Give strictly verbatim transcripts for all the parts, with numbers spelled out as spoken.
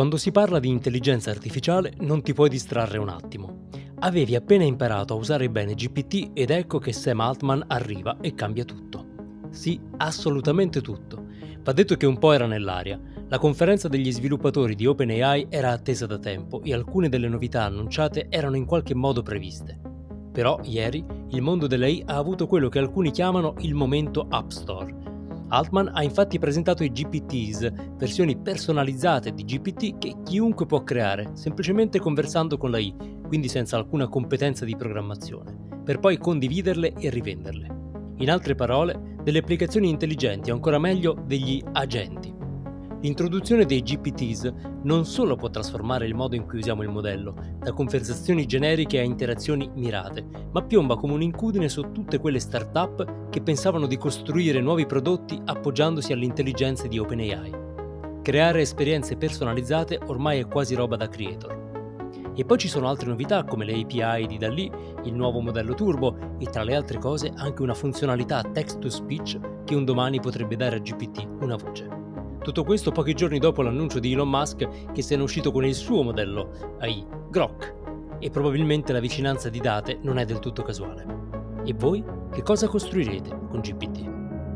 Quando si parla di intelligenza artificiale non ti puoi distrarre un attimo. Avevi appena imparato a usare bene G P T ed ecco che Sam Altman arriva e cambia tutto. Sì, assolutamente tutto. Va detto che un po' era nell'aria. La conferenza degli sviluppatori di OpenAI era attesa da tempo e alcune delle novità annunciate erano in qualche modo previste. Però ieri il mondo dell'A I ha avuto quello che alcuni chiamano il momento App Store. Altman ha infatti presentato i G P Ts, versioni personalizzate di G P T che chiunque può creare, semplicemente conversando con l'A I, quindi senza alcuna competenza di programmazione, per poi condividerle e rivenderle. In altre parole, delle applicazioni intelligenti o ancora meglio degli agenti. L'introduzione dei G P Ts non solo può trasformare il modo in cui usiamo il modello, da conversazioni generiche a interazioni mirate, ma piomba come un'incudine su tutte quelle start-up che pensavano di costruire nuovi prodotti appoggiandosi alle intelligenze di OpenAI. Creare esperienze personalizzate ormai è quasi roba da creator. E poi ci sono altre novità come le A P I di DALL-E, il nuovo modello Turbo e tra le altre cose anche una funzionalità text-to-speech che un domani potrebbe dare a G P T una voce. Tutto questo pochi giorni dopo l'annuncio di Elon Musk che se n'è uscito con il suo modello A I, Grok, e probabilmente la vicinanza di date non è del tutto casuale. E voi che cosa costruirete con G P T?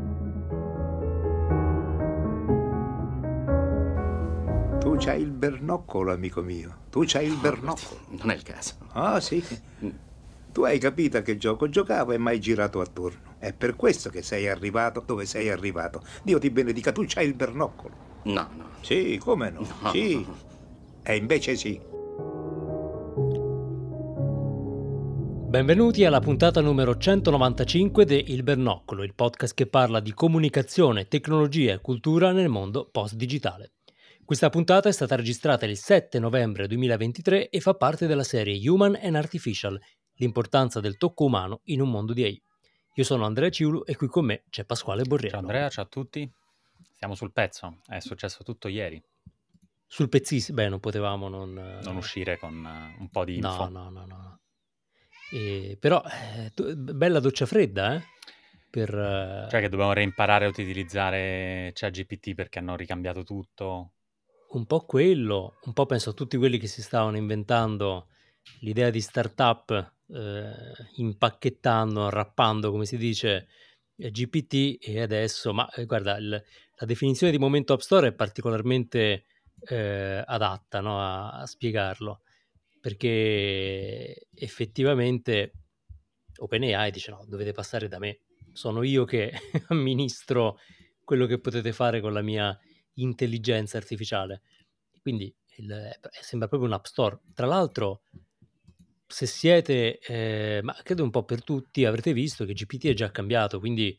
Tu c'hai il bernoccolo, amico mio. Tu c'hai il Oh, bernoccolo. non è il caso. Ah, sì. Tu hai capito a che gioco giocavo e mai girato attorno. È per questo che sei arrivato dove sei arrivato. Dio ti benedica, tu c'hai il bernoccolo. No, no. Sì, come no? No. Sì. E invece sì. Benvenuti alla puntata numero centonovantacinque di Il Bernoccolo, il podcast che parla di comunicazione, tecnologia e cultura nel mondo post-digitale. Questa puntata è stata registrata il sette novembre duemilaventitré e fa parte della serie Human and Artificial, l'importanza del tocco umano in un mondo di A I. Io sono Andrea Ciulu e qui con me c'è Pasquale Borriello. Ciao Andrea, ciao a tutti. Siamo sul pezzo, è successo tutto ieri. Sul pezzissimo, beh non potevamo non... Non uscire con uh, un po' di info. No, no, no, no. E, però, eh, tu- bella doccia fredda, eh? Per, uh... Cioè che dobbiamo reimparare a utilizzare ChatGPT perché hanno ricambiato tutto. Un po' quello, un po' penso a tutti quelli che si stavano inventando l'idea di startup, eh, impacchettando, rappando, come si dice, eh, G P T e adesso, ma eh, guarda, il- la definizione di momento App Store è particolarmente eh, adatta, no, a, a spiegarlo, perché effettivamente OpenAI dice no, dovete passare da me, sono io che amministro quello che potete fare con la mia intelligenza artificiale. Quindi il, eh, sembra proprio un app store. Tra l'altro, se siete, eh, ma credo un po' per tutti, avrete visto che G P T è già cambiato, quindi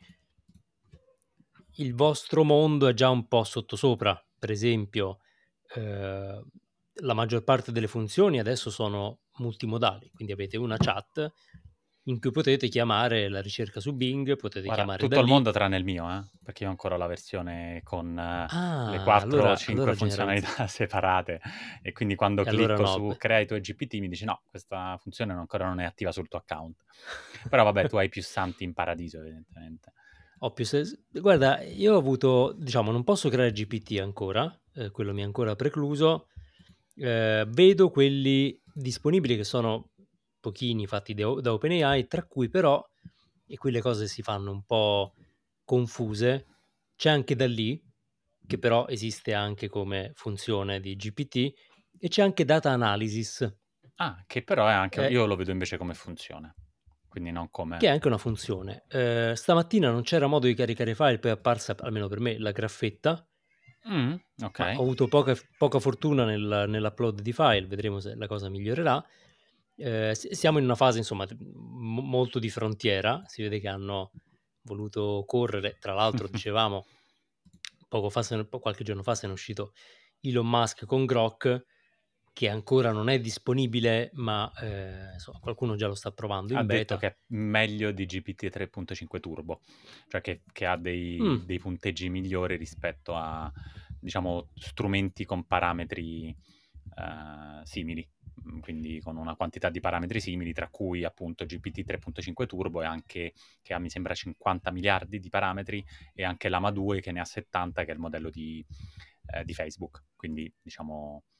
il vostro mondo è già un po' sottosopra. Per esempio, eh, la maggior parte delle funzioni adesso sono multimodali, quindi avete una chat in cui potete chiamare la ricerca su Bing, potete Guarda, chiamare tutto da il lì. mondo tranne il mio, eh? Perché io ho ancora la versione con uh, Ah, le quattro o allora, cinque allora funzionalità generalizz- separate e quindi quando e allora clicco no. su beh. crea i tuoi G P T mi dice no, questa funzione ancora non è attiva sul tuo account. Però vabbè, tu hai più santi in paradiso evidentemente. Ho più se- Guarda, io ho avuto, diciamo, non posso creare G P T ancora, eh, quello mi è ancora precluso. Eh, vedo quelli disponibili che sono pochini fatti da, da OpenAI, tra cui però, e qui le cose si fanno un po' confuse, c'è anche da lì, che però esiste anche come funzione di G P T, e c'è anche Data Analysis, Ah, che però è anche... eh, Io lo vedo invece come funzione, quindi non che come... è anche una funzione. Eh, stamattina non c'era modo di caricare file, poi è apparsa, almeno per me, la graffetta, Mm, ok. ma ho avuto poca, poca fortuna nel, nell'upload di file, vedremo se la cosa migliorerà. Eh, s- siamo in una fase, insomma, m- molto di frontiera, si vede che hanno voluto correre, tra l'altro dicevamo, poco fa, se ne- qualche giorno fa se ne è uscito Elon Musk con Grok, che ancora non è disponibile, ma eh, insomma, qualcuno già lo sta provando Ha in detto beta. che è meglio di G P T tre punto cinque Turbo, cioè che, che ha dei, Mm. dei punteggi migliori rispetto a, diciamo, strumenti con parametri eh, simili, mm, quindi con una quantità di parametri simili, tra cui appunto G P T tre punto cinque Turbo e anche, che ha mi sembra cinquanta miliardi di parametri, e anche Llama due che ne ha settanta, che è il modello di, eh, di Facebook, quindi diciamo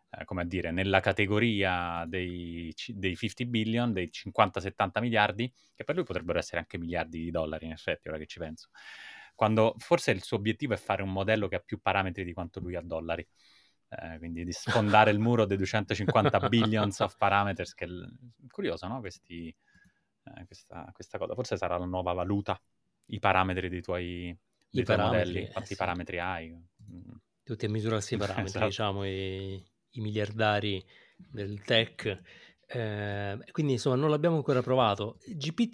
eh, come a dire, nella categoria dei, ci- dei cinquanta billion, dei cinquanta settanta miliardi, che per lui potrebbero essere anche miliardi di dollari, in effetti, ora che ci penso. Quando forse il suo obiettivo è fare un modello che ha più parametri di quanto lui ha dollari. Eh, quindi di sfondare il muro dei duecentocinquanta billions of parameters, che è l- curioso, no? Questi, eh, questa, questa cosa. Forse sarà la nuova valuta, i parametri dei tuoi, I dei tuoi parametri, modelli, eh quanti sì, parametri hai. Mm. tutti a misurarsi i parametri, Esatto. diciamo, i, i miliardari del tech. Eh, quindi insomma non l'abbiamo ancora provato. G P T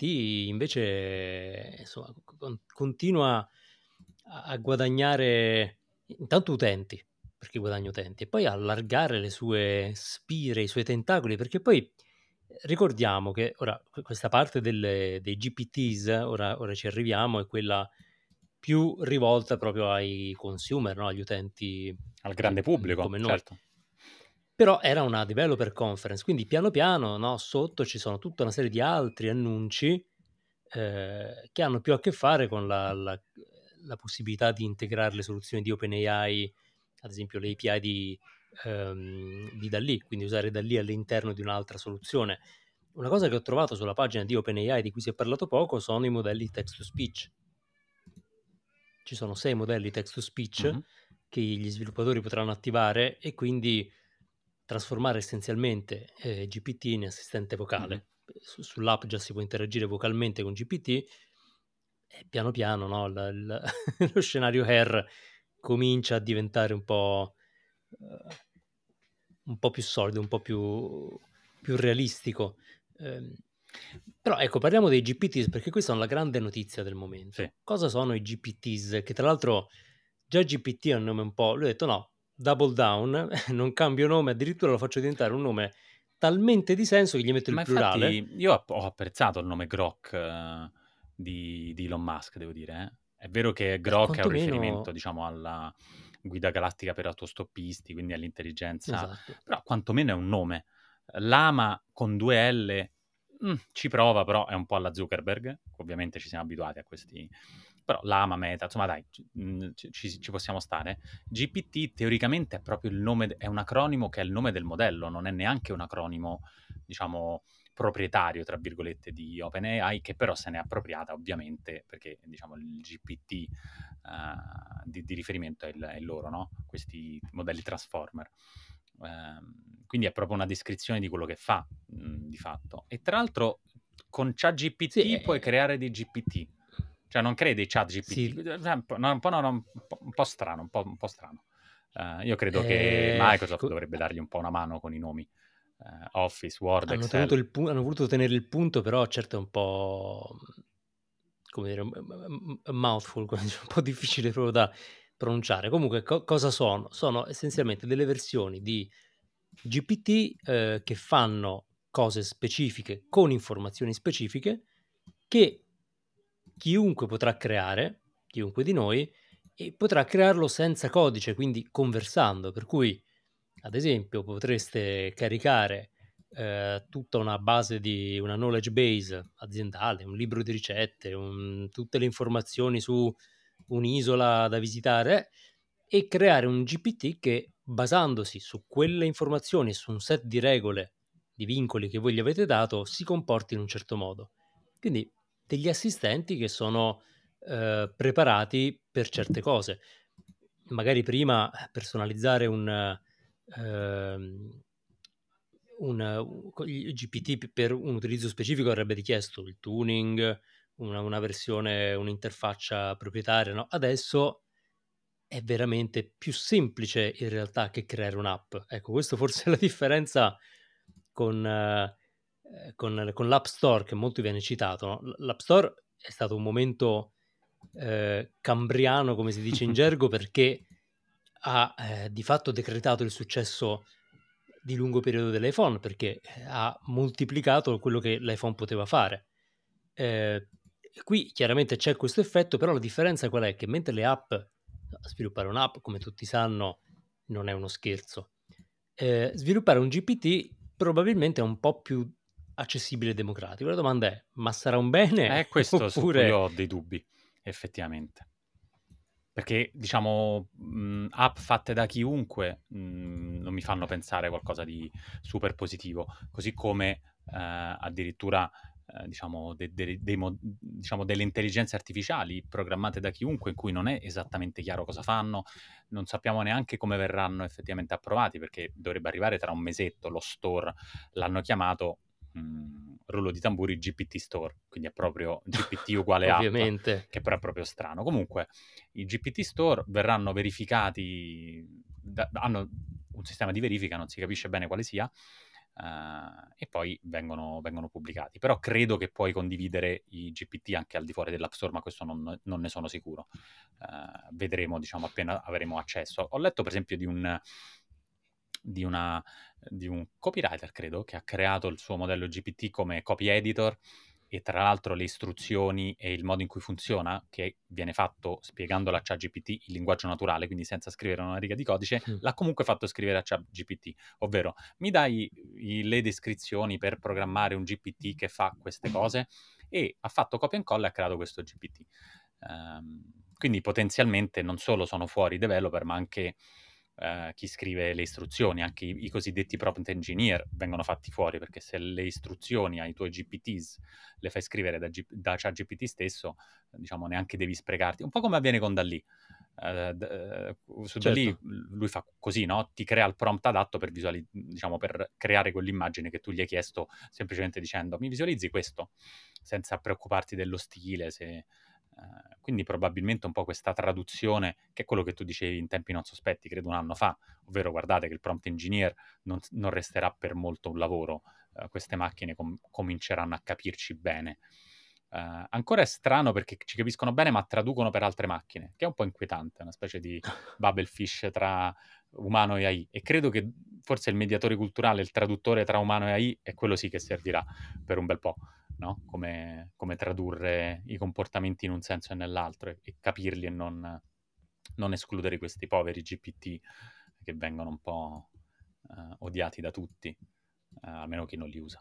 invece insomma, con- continua a, a guadagnare intanto utenti, perché guadagna utenti, e poi a allargare le sue spire, i suoi tentacoli, perché poi eh, ricordiamo che ora que- questa parte delle- dei G P Ts, ora, ora ci arriviamo, è quella più rivolta proprio ai consumer, no? Agli utenti Al che- grande pubblico, come noi. certo. Però era una developer conference, quindi piano piano, no, sotto ci sono tutta una serie di altri annunci eh, che hanno più a che fare con la, la- la possibilità di integrare le soluzioni di OpenAI, ad esempio le A P I di, ehm, di DALL-E, quindi usare DALL-E all'interno di un'altra soluzione. Una cosa che ho trovato sulla pagina di OpenAI di cui si è parlato poco sono i modelli text to speech. Ci sono sei modelli text to speech Mhm. che gli sviluppatori potranno attivare e quindi trasformare essenzialmente eh, G P T in assistente Mhm. vocale. Su- sull'app già si può interagire vocalmente con G P T e piano piano, no, la- il- lo scenario Hair comincia a diventare un po', eh, un po' più solido, un po' più, più realistico. Ehm, però ecco, parliamo dei G P Ts perché questa è la grande notizia del Sì. momento. Cosa sono i G P Ts? Che tra l'altro già G P T ha un nome un po'... Lui ha detto no, double down, non cambio nome, addirittura lo faccio diventare un nome talmente di senso che gli metto il Ma plurale. infatti io ho ho apprezzato il nome Grok eh, di, di Elon Musk, devo dire. eh. È vero che Beh, Grok è un riferimento, quantomeno... diciamo, alla guida galattica per autostoppisti, quindi all'intelligenza, Esatto. però quantomeno è un nome. Lama con due L mm, ci prova, però è un po' alla Zuckerberg. Ovviamente ci siamo abituati a questi... Però Lama, Meta, insomma dai, ci, mm, ci- ci- ci possiamo stare. G P T teoricamente è proprio il nome, è un acronimo che è il nome del modello, non è neanche un acronimo, diciamo, proprietario, tra virgolette, di OpenAI, che però se n'è appropriata ovviamente perché, diciamo, il G P T eh, di, di riferimento è il, è il loro, no? Questi modelli transformer. Ehm, quindi è proprio una descrizione di quello che fa, mh, di fatto. E tra l'altro con Sì, ChatGPT puoi eh, creare dei G P T. Cioè non crei dei chat G P T. sì, È un po', no, un po', no, no, un po', un po' strano, un po', un po' strano. Eh, io credo che eh, Microsoft co- dovrebbe dargli un po' una mano con i nomi. Eh, Office, Word, hanno tenuto Excel. il pu- hanno voluto tenere il punto, però certo è un po', come dire, un un- un mouthful, come dice, un po' difficile proprio da pronunciare. Comunque, co- cosa sono? Sono essenzialmente delle versioni di G P T eh, che fanno cose specifiche con informazioni specifiche che chiunque potrà creare, chiunque di noi, e potrà crearlo senza codice, quindi conversando. Per cui, ad esempio, potreste caricare eh, tutta una base di una knowledge base aziendale, un libro di ricette, un- tutte le informazioni su un'isola da visitare e creare un G P T che, basandosi su quelle informazioni e su un set di regole, di vincoli che voi gli avete dato, si comporti in un certo modo. Quindi degli assistenti che sono eh, preparati per certe cose. Magari prima eh, personalizzare un, ehm, un, un- il G P T per un utilizzo specifico avrebbe richiesto il tuning, una, una versione, un'interfaccia proprietaria. No? Adesso è veramente più semplice in realtà che creare un'app. Ecco, questo forse è la differenza con, eh, eh, con, con l'App Store che molto viene citato. No? L'App Store è stato un momento eh, cambriano, come si dice in gergo, perché ha eh, di fatto decretato il successo di lungo periodo dell'iPhone, perché eh, ha moltiplicato quello che l'iPhone poteva fare. Eh, qui chiaramente c'è questo effetto, però la differenza qual è? Che mentre le app, sviluppare un'app, come tutti sanno, non è uno scherzo. Eh, sviluppare un G P T probabilmente è un po' più accessibile e democratico. La domanda è, ma sarà un bene È questo su cui io oppure... ho dei dubbi, effettivamente. perché diciamo mh, app fatte da chiunque mh, non mi fanno pensare a qualcosa di super positivo, così come eh, addirittura eh, diciamo, de- de- dei mo- diciamo delle intelligenze artificiali programmate da chiunque in cui non è esattamente chiaro cosa fanno, non sappiamo neanche come verranno effettivamente approvati, perché dovrebbe arrivare tra un mesetto lo store, l'hanno chiamato mh, rullo di tamburi G P T Store, quindi è proprio G P T uguale app, Ovviamente. che però è proprio strano. Comunque i G P T Store verranno verificati, da- hanno un sistema di verifica, non si capisce bene quale sia, eh, e poi vengono, vengono pubblicati. Però credo che puoi condividere i G P T anche al di fuori dell'App Store, ma questo non, non ne sono sicuro. Eh, vedremo, diciamo, appena avremo accesso. Ho letto, per esempio, di un, di una, di un copywriter, credo, che ha creato il suo modello G P T come copy editor, e tra l'altro le istruzioni e il modo in cui funziona, che viene fatto spiegandolo a ChatGPT il linguaggio naturale, quindi senza scrivere una riga di codice, Mm. l'ha comunque fatto scrivere a ChatGPT, ovvero mi dai i- le descrizioni per programmare un G P T che fa queste cose, e ha fatto copia e incolla e ha creato questo G P T. Ehm, quindi potenzialmente non solo sono fuori i developer, ma anche eh, chi scrive le istruzioni, anche i, i cosiddetti prompt engineer vengono fatti fuori, perché se le istruzioni ai tuoi G P Ts le fai scrivere da, G- da ChatGPT stesso, diciamo neanche devi sprecarti, un po' come avviene con Dalì. Uh, d- uh, su Dalì Certo. lui fa così, no? Ti crea il prompt adatto per, visuali- diciamo, per creare quell'immagine che tu gli hai chiesto, semplicemente dicendo mi visualizzi questo, senza preoccuparti dello stile. Se, Uh, quindi probabilmente un po' questa traduzione, che è quello che tu dicevi in tempi non sospetti, credo un anno fa, ovvero guardate che il prompt engineer non, non resterà per molto un lavoro, uh, queste macchine com- cominceranno a capirci bene. Uh, ancora è strano perché ci capiscono bene ma traducono per altre macchine, che è un po' inquietante, una specie di Babelfish tra umano e A I, e credo che forse il mediatore culturale, il traduttore tra umano e A I è quello sì che servirà per un bel po'. No? Come, come tradurre i comportamenti in un senso e nell'altro, e, e capirli, e non, non escludere questi poveri G P T che vengono un po' eh, odiati da tutti, eh, almeno chi non li usa.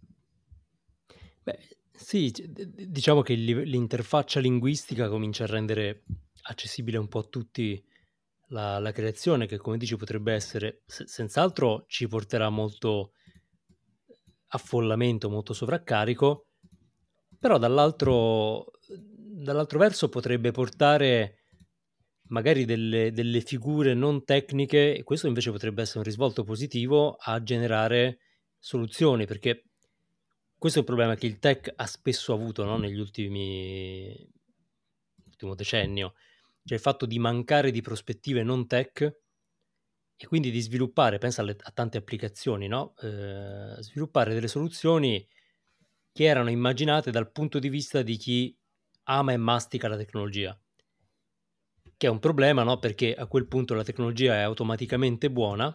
Beh, sì, c- d- d- diciamo che il live- l'interfaccia linguistica comincia a rendere accessibile un po' a tutti la, la creazione, che come dici potrebbe essere, se- senz'altro ci porterà molto affollamento, molto sovraccarico, però dall'altro, dall'altro verso potrebbe portare magari delle, delle figure non tecniche, e questo invece potrebbe essere un risvolto positivo, a generare soluzioni, perché questo è un problema che il tech ha spesso avuto, no, negli ultimi ultimo decennio, cioè il fatto di mancare di prospettive non tech e quindi di sviluppare, pensa alle, a tante applicazioni, no? Eh, sviluppare delle soluzioni che erano immaginate dal punto di vista di chi ama e mastica la tecnologia, che è un problema, no? Perché a quel punto la tecnologia è automaticamente buona,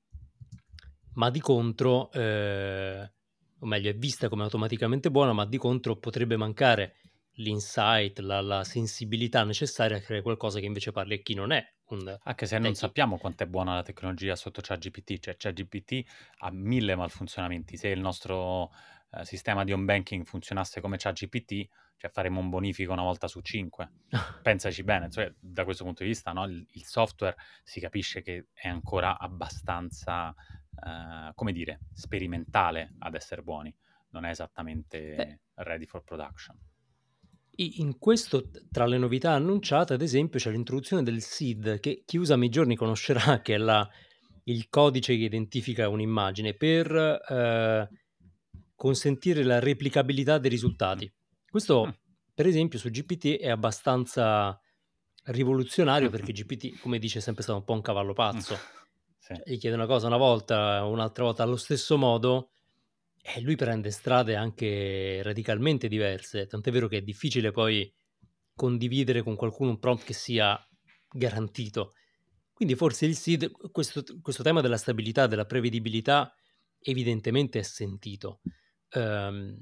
ma di contro, eh, o meglio, è vista come automaticamente buona, ma di contro potrebbe mancare l'insight, la, la sensibilità necessaria a creare qualcosa che invece parli a chi non è un Anche se non techie. sappiamo quanto è buona la tecnologia sotto ChatGPT, cioè ChatGPT ha mille malfunzionamenti. Se il nostro eh, sistema di home banking funzionasse come ChatGPT, cioè faremmo un bonifico una volta su cinque. Pensaci bene, cioè, da questo punto di vista, no? il, il software si capisce che è ancora abbastanza, eh, come dire, sperimentale ad essere buoni, non è Beh, esattamente ready for production. i- in questo, t- tra le novità annunciate, ad esempio, c'è l'introduzione del S I D, che chi usa Midjourney conoscerà, che è la, il codice che identifica un'immagine per eh, consentire la replicabilità dei Mm. risultati. Mm. Questo, per esempio, su G P T è abbastanza rivoluzionario, perché G P T, come dice, è sempre stato un po' un cavallo pazzo. Sì. Cioè, gli chiede una cosa una volta, un'altra volta allo stesso modo, e lui prende strade anche radicalmente diverse, tant'è vero che è difficile poi condividere con qualcuno un prompt che sia garantito. Quindi forse il S I D, questo, questo tema della stabilità, della prevedibilità, evidentemente è sentito. Ehm,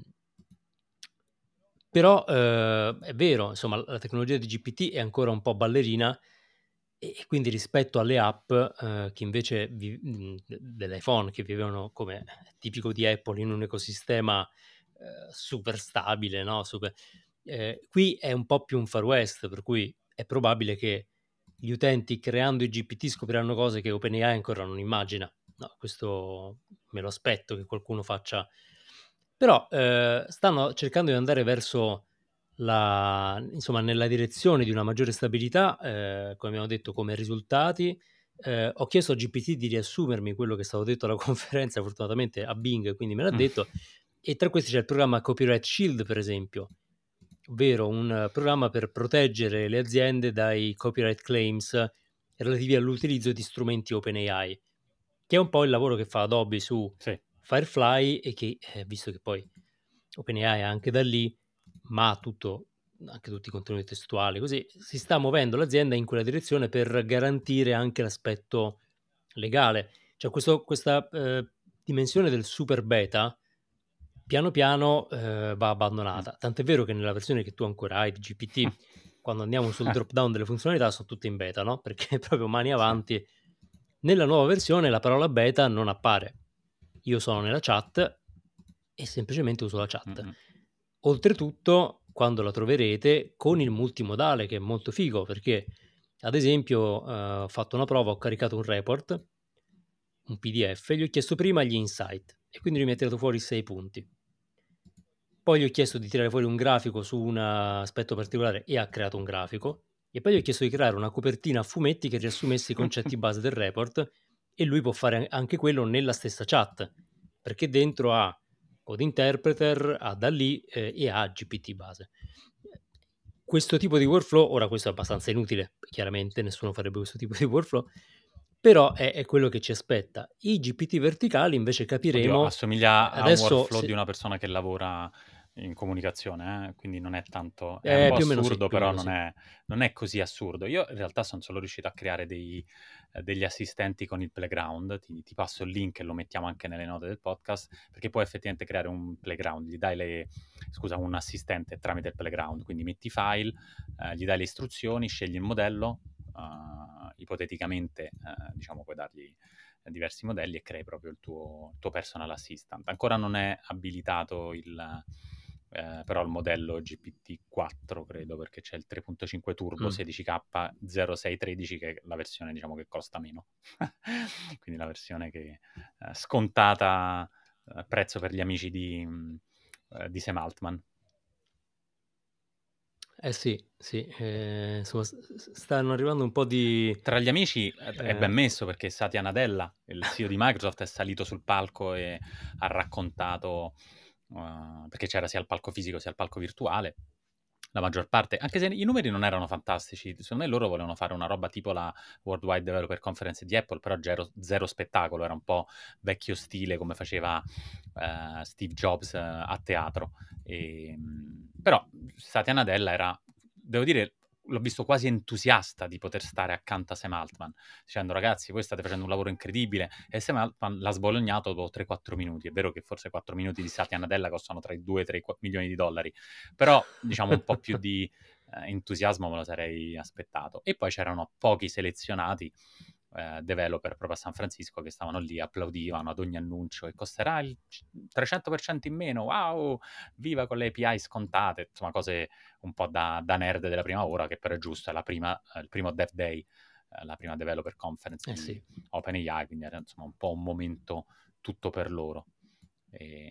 però eh, è vero, insomma, la tecnologia di G P T è ancora un po' ballerina, e e quindi rispetto alle app eh, che invece vi- mh, dell'iPhone, che vivevano, come è tipico di Apple, in un ecosistema eh, super stabile, no? Super- eh, qui è un po' più un far west, per cui è probabile che gli utenti creando i G P T scopriranno cose che OpenAI ancora non immagina. No, questo me lo aspetto che qualcuno faccia. Però eh, stanno cercando di andare verso la, insomma, nella direzione di una maggiore stabilità, eh, come abbiamo detto, come risultati. Eh, ho chiesto a G P T di riassumermi quello che è stato detto alla conferenza, fortunatamente a Bing, quindi me l'ha Mm. detto. E tra questi c'è il programma Copyright Shield, per esempio, ovvero un eh, programma per proteggere le aziende dai copyright claims relativi all'utilizzo di strumenti OpenAI, che è un po' il lavoro che fa Adobe su Sì. Firefly e che, eh, visto che poi OpenAI è anche da lì, ma tutto, anche tutti i contenuti testuali, così, si sta muovendo l'azienda in quella direzione per garantire anche l'aspetto legale. Cioè questo, questa eh, dimensione del super beta piano piano eh, va abbandonata. Tant'è vero che nella versione che tu ancora hai di G P T, quando andiamo sul drop down delle funzionalità, sono tutte in beta, no? Perché proprio mani avanti. Nella nuova versione la parola beta non appare. Io sono nella chat e semplicemente uso la chat. Mm-mm. Oltretutto, quando la troverete, con il multimodale, che è molto figo, perché ad esempio eh, ho fatto una prova, ho caricato un report, un P D F, gli ho chiesto prima gli insight e quindi lui mi ha tirato fuori sei punti. Poi gli ho chiesto di tirare fuori un grafico su un aspetto particolare e ha creato un grafico. E poi gli ho chiesto di creare una copertina a fumetti che riassumesse i concetti base del report e lui può fare anche quello nella stessa chat, perché dentro ha Code Interpreter, ha D A L L-E eh, e ha G P T base. Questo tipo di workflow, ora questo è abbastanza inutile, chiaramente nessuno farebbe questo tipo di workflow, però è, è quello che ci aspetta. I G P T verticali invece Oddio, capiremo, assomiglia a un adesso workflow di se, una persona che lavora in comunicazione, eh, Quindi non è tanto, è un eh, po' più o meno sì, assurdo, più o però meno non sì. è, non è così assurdo. Io in realtà sono solo riuscito a creare dei, eh, degli assistenti con il Playground, ti, ti passo il link e lo mettiamo anche nelle note del podcast, perché puoi effettivamente creare un Playground, gli dai le, scusa, un assistente tramite il Playground, quindi metti i file, eh, gli dai le istruzioni, scegli il modello, uh, ipoteticamente, eh, diciamo, puoi dargli diversi modelli e crei proprio il tuo, il tuo personal assistant. Ancora non è abilitato il, eh, però il modello G P T quattro, credo, perché c'è il tre punto cinque Turbo Mm. sedici K zero sei tredici, che è la versione, diciamo, che costa meno. Quindi la versione che eh, scontata, eh, prezzo per gli amici di, eh, di Sam Altman. Eh sì, sì, eh, insomma, s- stanno arrivando un po' di... Tra gli amici eh, è ben eh, messo, perché Satya Nadella, il C E O di Microsoft, è salito sul palco e ha raccontato, uh, perché c'era sia il palco fisico sia il palco virtuale, la maggior parte, anche se i numeri non erano fantastici, secondo me loro volevano fare una roba tipo la Worldwide Developer Conference di Apple, però zero, zero spettacolo, era un po' vecchio stile come faceva uh, Steve Jobs uh, a teatro. E, però Satya Nadella era, devo dire, l'ho visto quasi entusiasta di poter stare accanto a Sam Altman, dicendo ragazzi voi state facendo un lavoro incredibile, e Sam Altman l'ha sbolognato dopo tre quattro minuti. È vero che forse quattro minuti di Satya Nadella costano tra i due e tre milioni di dollari, però diciamo un po' più di eh, entusiasmo me lo sarei aspettato. E poi c'erano pochi selezionati eh, developer proprio a San Francisco che stavano lì, applaudivano ad ogni annuncio e costerà il trecento per cento in meno, wow, viva con le A P I scontate, insomma cose un po' da, da nerd della prima ora, che però è giusto, è la prima, eh, il primo Dev Day, eh, la prima developer conference eh di sì. OpenAI, quindi era insomma un po' un momento tutto per loro. E...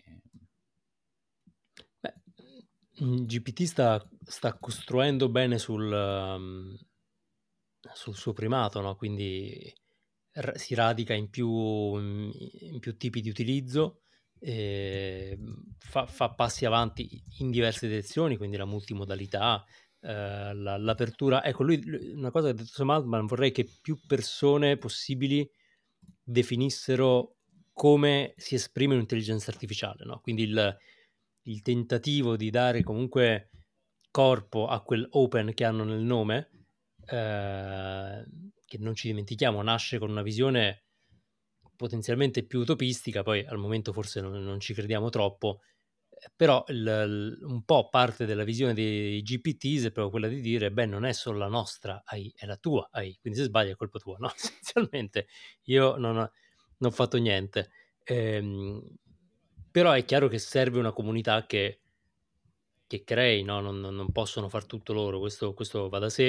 Beh, G P T sta, sta costruendo bene sul, um, sul suo primato, no? Quindi r- si radica in più, in più tipi di utilizzo, e fa, fa passi avanti in diverse direzioni, quindi la multimodalità, eh, la- l'apertura. Ecco, lui, lui- una cosa che ha detto Sam Altman, vorrei che più persone possibili definissero come si esprime un'intelligenza artificiale, no? Quindi il, il tentativo di dare comunque corpo a quel open che hanno nel nome, eh, che non ci dimentichiamo, nasce con una visione potenzialmente più utopistica, poi al momento forse non, non ci crediamo troppo, eh, però il, il- un po' parte della visione dei G P Ts è proprio quella di dire, beh, non è solo la nostra A I, è la tua A I, quindi se sbagli è colpa tua, no? Essenzialmente io non ho, non ho fatto niente. Ehm, però è chiaro che serve una comunità che, che crei, no? Non, non- non possono far tutto loro, questo, questo va da sé,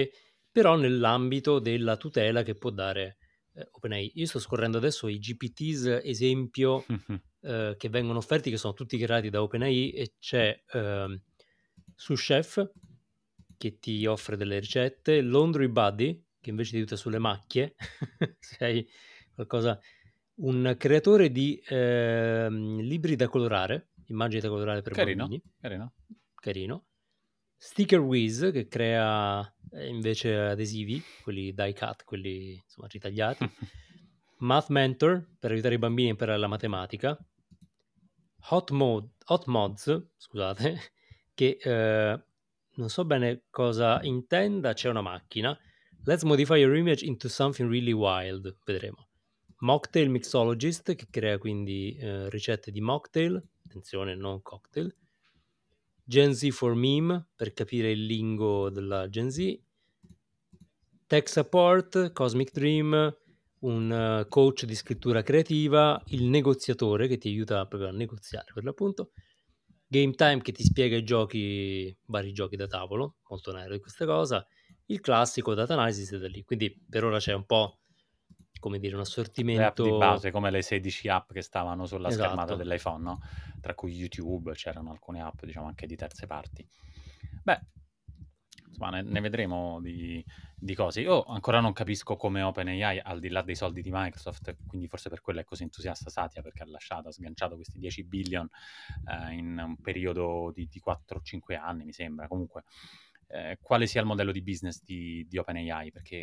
però nell'ambito della tutela che può dare eh, OpenAI. Io sto scorrendo adesso i G P Ts esempio eh, che vengono offerti, che sono tutti creati da OpenAI, e c'è ehm, Sous Chef che ti offre delle ricette, Laundry Buddy che invece ti aiuta sulle macchie, se hai qualcosa, un creatore di ehm, libri da colorare, immagini da colorare per Carino, bambini, carino. carino. Sticker Whiz che crea eh, invece adesivi, quelli die cut, quelli insomma ritagliati. Math Mentor per aiutare i bambini a imparare la matematica. Hot, Mod, Hot Mods, scusate, che eh, non so bene cosa intenda, c'è una macchina. Let's modify your image into something really wild, vedremo. Mocktail Mixologist che crea quindi eh, ricette di mocktail, attenzione non cocktail. Gen Z for Meme per capire il lingo della Gen Z. Tech Support, Cosmic Dream, un uh, coach di scrittura creativa, il negoziatore che ti aiuta proprio a negoziare per l'appunto, Game Time che ti spiega i giochi, vari giochi da tavolo, molto nero di questa cosa, il classico Data Analysis e da lì. Quindi per ora c'è un po', come dire, un Le app di assortimento... base, come le sedici app che stavano sulla schermata Esatto. dell'iPhone, no? Tra cui YouTube, c'erano alcune app, diciamo, anche di terze parti. Beh, insomma, ne, ne vedremo di, di cose. Io ancora non capisco come OpenAI, al di là dei soldi di Microsoft, quindi forse per quello è così entusiasta Satya, perché ha lasciato, ha sganciato questi dieci billion eh, in un periodo di, di quattro o cinque anni, mi sembra. Comunque, eh, quale sia il modello di business di, di OpenAI, perché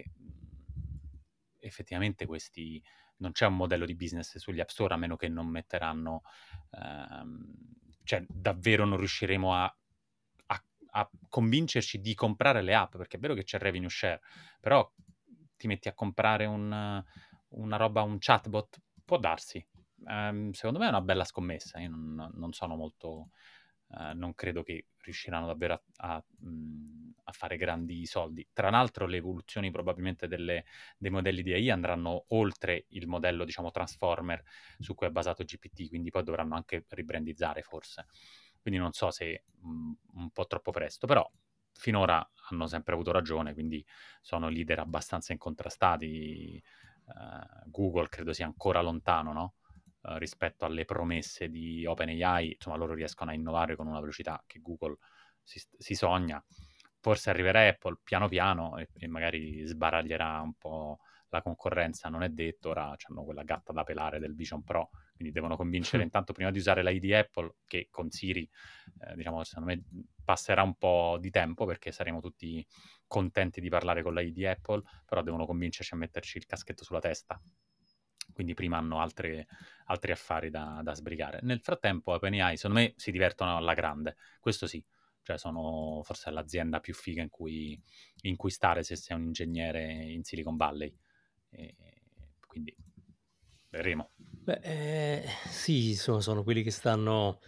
mh, effettivamente questi non c'è un modello di business sugli App Store, a meno che non metteranno, ehm, cioè davvero non riusciremo a, a, a convincerci di comprare le app, perché è vero che c'è revenue share, però ti metti a comprare un, una roba, un chatbot, può darsi. Um, secondo me è una bella scommessa, io non, non sono molto... Uh, non credo che riusciranno davvero a, a, mh, a fare grandi soldi. Tra l'altro le evoluzioni probabilmente delle, dei modelli di A I andranno oltre il modello, diciamo, Transformer su cui è basato G P T, quindi poi dovranno anche ribrandizzare forse. Quindi non so se mh, un po' troppo presto, però finora hanno sempre avuto ragione, quindi sono leader abbastanza incontrastati. Uh, Google credo sia ancora lontano, no? Uh, rispetto alle promesse di OpenAI, insomma loro riescono a innovare con una velocità che Google si, si sogna. Forse arriverà Apple piano piano e, e magari sbaraglierà un po' la concorrenza, non è detto, ora hanno quella gatta da pelare del Vision Pro, quindi devono convincere intanto prima di usare l'I D Apple, che con Siri, eh, diciamo, secondo me passerà un po' di tempo perché saremo tutti contenti di parlare con l'I D Apple, però devono convincerci a metterci il caschetto sulla testa. Quindi prima hanno altre, altri affari da, da sbrigare. Nel frattempo OpenAI, secondo me, si divertono alla grande, questo sì, cioè sono forse l'azienda più figa in cui, in cui stare se sei un ingegnere in Silicon Valley. E quindi vedremo. Beh, eh, sì, sono, sono quelli che stanno,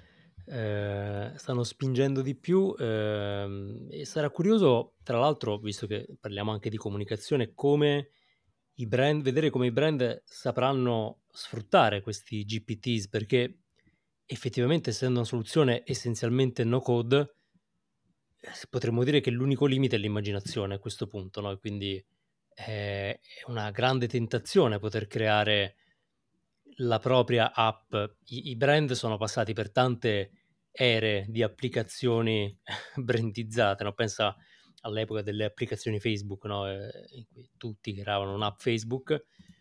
eh, stanno spingendo di più ehm, e sarà curioso, tra l'altro, visto che parliamo anche di comunicazione, come i brand, vedere come i brand sapranno sfruttare questi G P Ts, perché effettivamente essendo una soluzione essenzialmente no code, eh, potremmo dire che l'unico limite è l'immaginazione a questo punto, no? E quindi eh, è una grande tentazione poter creare la propria app. I, i brand sono passati per tante ere di applicazioni brandizzate, no? Pensa all'epoca delle applicazioni Facebook, no? Eh, in cui tutti creavano un'app Facebook.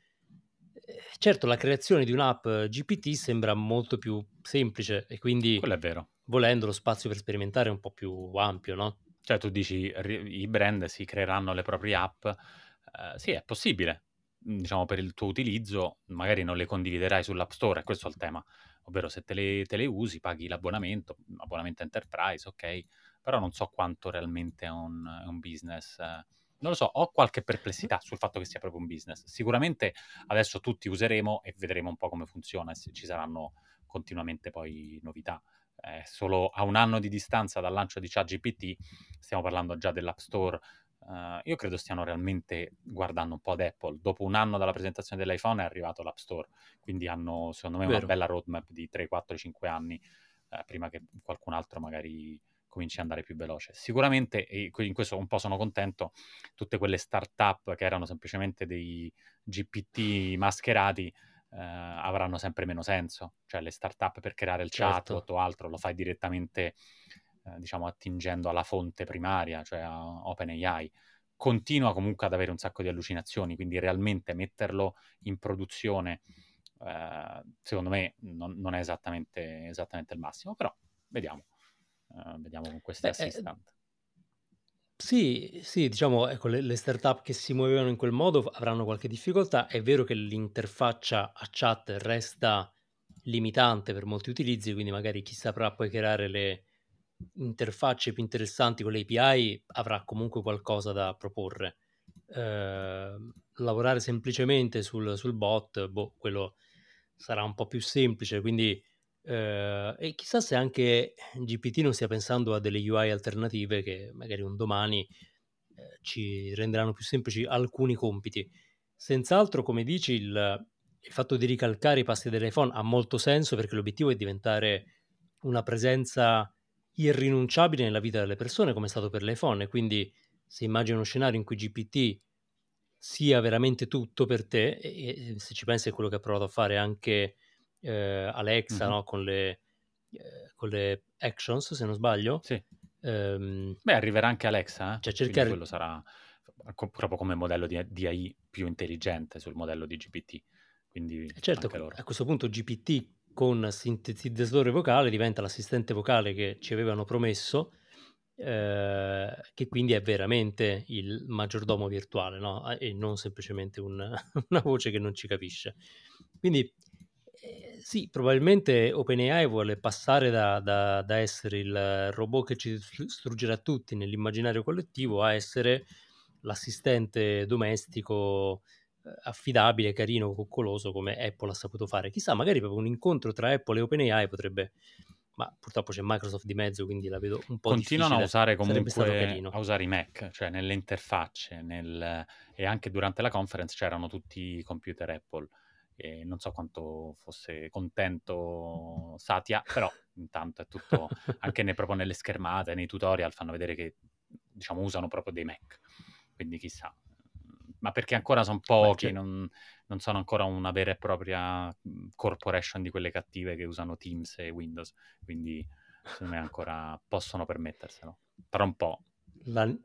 Eh, certo, la creazione di un'app G P T sembra molto più semplice e quindi, Quello è vero. volendo, lo spazio per sperimentare è un po' più ampio, no? Cioè tu dici ri- i brand si creeranno le proprie app, eh, sì è possibile, mm, diciamo per il tuo utilizzo magari non le condividerai sull'App Store, e questo è il tema, ovvero se te le, te le usi paghi l'abbonamento, abbonamento Enterprise, ok, però non so quanto realmente è un, è un business, eh. Non lo so, ho qualche perplessità sul fatto che sia proprio un business. Sicuramente adesso tutti useremo e vedremo un po' come funziona, e se ci saranno continuamente poi novità. Eh, solo a un anno di distanza dal lancio di ChatGPT, stiamo parlando già dell'App Store. Uh, io credo stiano realmente guardando un po' ad Apple. Dopo un anno dalla presentazione dell'iPhone è arrivato l'App Store, quindi hanno secondo me una Vero. bella roadmap di tre, quattro, cinque anni, uh, prima che qualcun altro magari cominci ad andare più veloce. Sicuramente, e in questo un po' sono contento, tutte quelle start-up che erano semplicemente dei G P T mascherati eh, avranno sempre meno senso. Cioè le start-up per creare il Certo. chatbot o altro lo fai direttamente, eh, diciamo, attingendo alla fonte primaria, cioè a OpenAI. Continua comunque ad avere un sacco di allucinazioni, quindi realmente metterlo in produzione, eh, secondo me, non, non è esattamente, esattamente il massimo, però vediamo. Uh, vediamo con queste Beh, assistant. Eh, sì, sì, diciamo, ecco, le, le startup che si muovevano in quel modo avranno qualche difficoltà. È vero che l'interfaccia a chat resta limitante per molti utilizzi, quindi magari chi saprà poi creare le interfacce più interessanti con le A P I avrà comunque qualcosa da proporre. Eh, lavorare semplicemente sul, sul bot, boh, quello sarà un po' più semplice, quindi eh, e chissà se anche G P T non stia pensando a delle U I alternative che magari un domani eh, ci renderanno più semplici alcuni compiti. Senz'altro, come dici, il, il fatto di ricalcare i passi dell'iPhone ha molto senso, perché l'obiettivo è diventare una presenza irrinunciabile nella vita delle persone, come è stato per l'iPhone. E quindi se immagini uno scenario in cui G P T sia veramente tutto per te, e, e se ci pensi è quello che ha provato a fare anche eh, Alexa, Mhm. no? Con le, eh, con le actions, se non sbaglio. Sì. Ehm, Beh, arriverà anche Alexa, eh? cioè Quindi cercare... quello sarà co- proprio come modello di, di A I più intelligente sul modello di G P T, quindi Eh, Certo, anche loro. a questo punto G P T con sintetizzatore vocale diventa l'assistente vocale che ci avevano promesso, eh, che quindi è veramente il maggiordomo virtuale, no? E non semplicemente un- una voce che non ci capisce. Quindi eh, sì, probabilmente OpenAI vuole passare da, da- da essere il robot che ci struggerà tutti nell'immaginario collettivo a essere l'assistente domestico eh, affidabile, carino, coccoloso, come Apple ha saputo fare. Chissà, magari proprio un incontro tra Apple e OpenAI potrebbe, ma purtroppo c'è Microsoft di mezzo, quindi la vedo un po' Continuano a difficile. usare Sarebbe stato comunque carino. a usare i Mac, cioè nelle interfacce, nel, e anche durante la conference c'erano tutti i computer Apple. E non so quanto fosse contento Satya, però intanto è tutto, anche ne, proprio nelle schermate, nei tutorial fanno vedere che, diciamo, usano proprio dei Mac, quindi chissà. Ma perché ancora sono pochi, Beh, non, non sono ancora una vera e propria corporation di quelle cattive che usano Teams e Windows, quindi secondo me ancora possono permetterselo. Tra un po'. L'an-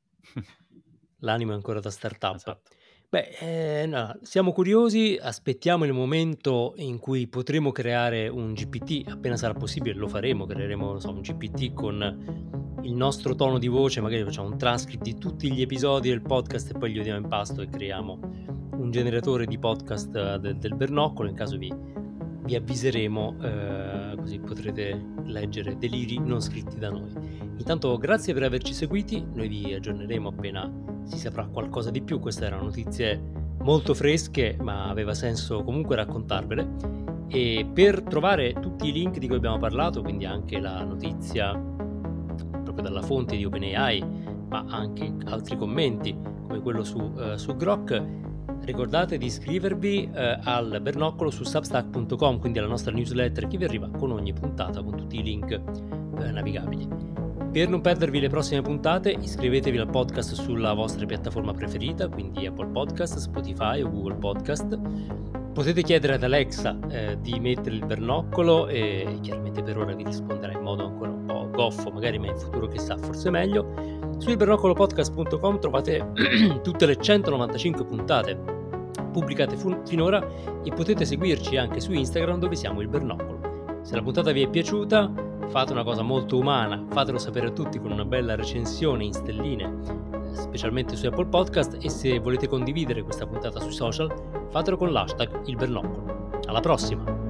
L'animo è ancora da startup. Esatto. Beh, eh, no, siamo curiosi, aspettiamo il momento in cui potremo creare un G P T, appena sarà possibile lo faremo, creeremo non so, un G P T con il nostro tono di voce, magari facciamo un transcript di tutti gli episodi del podcast e poi li vediamo in pasto e creiamo un generatore di podcast eh, de- del Bernoccolo. In caso vi, vi avviseremo, eh, così potrete leggere deliri non scritti da noi. Intanto grazie per averci seguiti, noi vi aggiorneremo appena si saprà qualcosa di più. Queste erano notizie molto fresche, ma aveva senso comunque raccontarvele. E per trovare tutti i link di cui abbiamo parlato, quindi anche la notizia proprio dalla fonte di OpenAI, ma anche altri commenti come quello su, uh, su Grok, ricordate di iscrivervi uh, al Bernoccolo su substack punto com, quindi alla nostra newsletter che vi arriva con ogni puntata con tutti i link uh, navigabili. Per non perdervi le prossime puntate, iscrivetevi al podcast sulla vostra piattaforma preferita, quindi Apple Podcast, Spotify o Google Podcast. Potete chiedere ad Alexa eh, di mettere il bernoccolo e chiaramente per ora vi risponderà in modo ancora un po' goffo, magari, ma in futuro chissà, forse meglio. Su il bernoccolopodcast punto com trovate tutte le centonovantacinque puntate pubblicate fu- finora e potete seguirci anche su Instagram, dove siamo il Bernoccolo. Se la puntata vi è piaciuta, fate una cosa molto umana, fatelo sapere a tutti con una bella recensione in stelline, specialmente su Apple Podcast, e se volete condividere questa puntata sui social, fatelo con l'hashtag il Bernoccolo. Alla prossima!